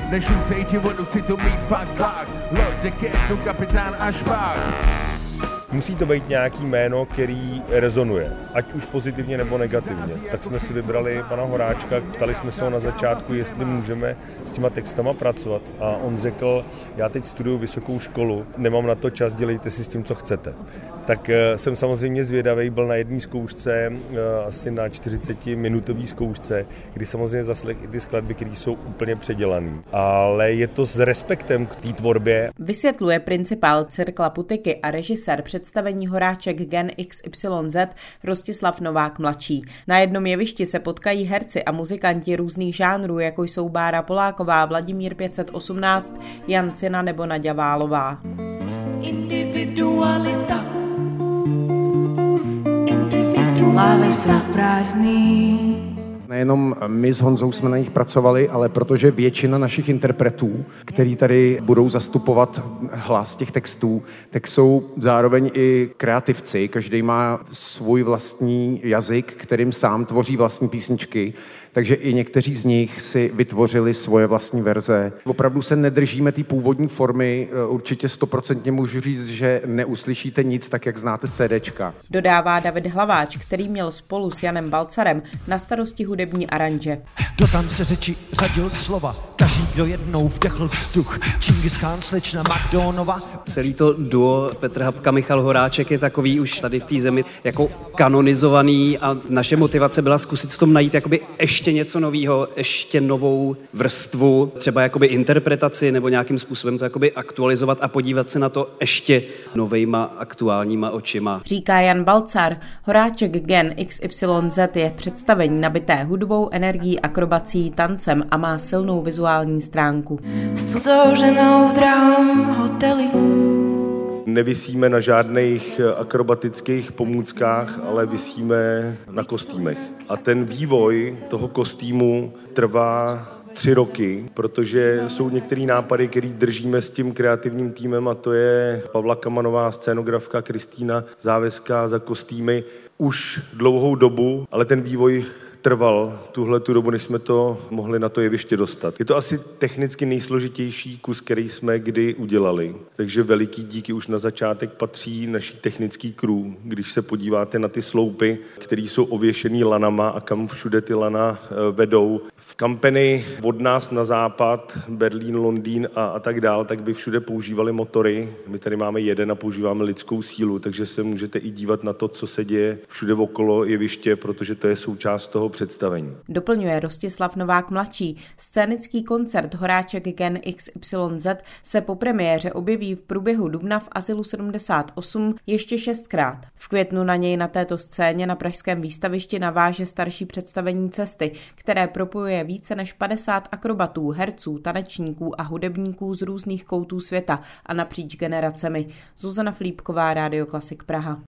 Dnešní sejti vodu si to mít fakt. Loď deketu kapitán a špák. Musí to být nějaký jméno, který rezonuje, ať už pozitivně nebo negativně. Tak jsme si vybrali pana Horáčka, ptali jsme se ho na začátku, jestli můžeme s těma textama pracovat. A on řekl, já teď studuju vysokou školu, nemám na to čas, dělejte si s tím, co chcete. Tak jsem samozřejmě zvědavý, byl na jedné zkoušce, asi na 40-minutové zkoušce, kdy samozřejmě zaslech i ty skladby, které jsou úplně předělané. Ale je to s respektem k té tvorbě. Vysvětluje principál Cirkla Putiky a režisér představení Horáček Gen XYZ Rostislav Novák mladší. Na jednom jevišti se potkají herci a muzikanti různých žánrů, jako jsou Bára Poláková, Vladimír 518, Jan Cina nebo Naďa Válová. Individualita. Hlavy jsou prázdný. Nejenom my s Honzou jsme na nich pracovali, ale protože většina našich interpretů, který tady budou zastupovat hlas těch textů, tak jsou zároveň i kreativci. Každý má svůj vlastní jazyk, kterým sám tvoří vlastní písničky, takže i někteří z nich si vytvořili svoje vlastní verze. Opravdu se nedržíme té původní formy, určitě 100% můžu říct, že neuslyšíte nic tak, jak znáte CDčka. Dodává David Hlaváč, který měl spolu s Janem Balcarem na starosti hudební aranže. Do tance řeči řadil slova, každý, kdo jednou vdechl vzduch, Čingis Chán, slečna Magdónova. Celý to duo Petr Habka, Michal Horáček je takový už tady v té zemi jako kanonizovaný a naše motivace byla zkusit v tom najít jakoby ještě něco nového, ještě novou vrstvu, třeba jakoby interpretaci nebo nějakým způsobem to jakoby aktualizovat a podívat se na to ještě novejma aktuálníma očima. Říká Jan Balcar, Horáček Gen XYZ je představení nabité hudbou, energií, akrobací, tancem a má silnou vizuální stránku. S cudzou ženou v drahom hoteli. Nevisíme na žádných akrobatických pomůckách, ale visíme na kostýmech. A ten vývoj toho kostýmu trvá 3 roky, protože jsou některé nápady, které držíme s tím kreativním týmem, a to je Pavla Kamanová, scénografka, Kristýna Závěská za kostýmy už dlouhou dobu, ale ten vývoj trval tuhle tu dobu, než jsme to mohli na to jeviště dostat. Je to asi technicky nejsložitější kus, který jsme kdy udělali. Takže veliký díky už na začátek patří naší technický crew. Když se podíváte na ty sloupy, které jsou ověšený lanama a kam všude ty lana vedou. V kampani od nás na západ, Berlín, Londýn a tak dál, tak by všude používali motory. My tady máme jeden a používáme lidskou sílu, takže se můžete i dívat na to, co se děje všude okolo jeviště, protože to je součást toho představení. Doplňuje Rostislav Novák mladší. Scénický koncert Horáček Gen XYZ se po premiéře objeví v průběhu dubna v Azylu 78 ještě 6krát. V květnu na něj na této scéně na pražském výstavišti naváže starší představení Cesty, které propojuje více než 50 akrobatů, herců, tanečníků a hudebníků z různých koutů světa a napříč generacemi. Zuzana Flípková, Rádio Klasik Praha.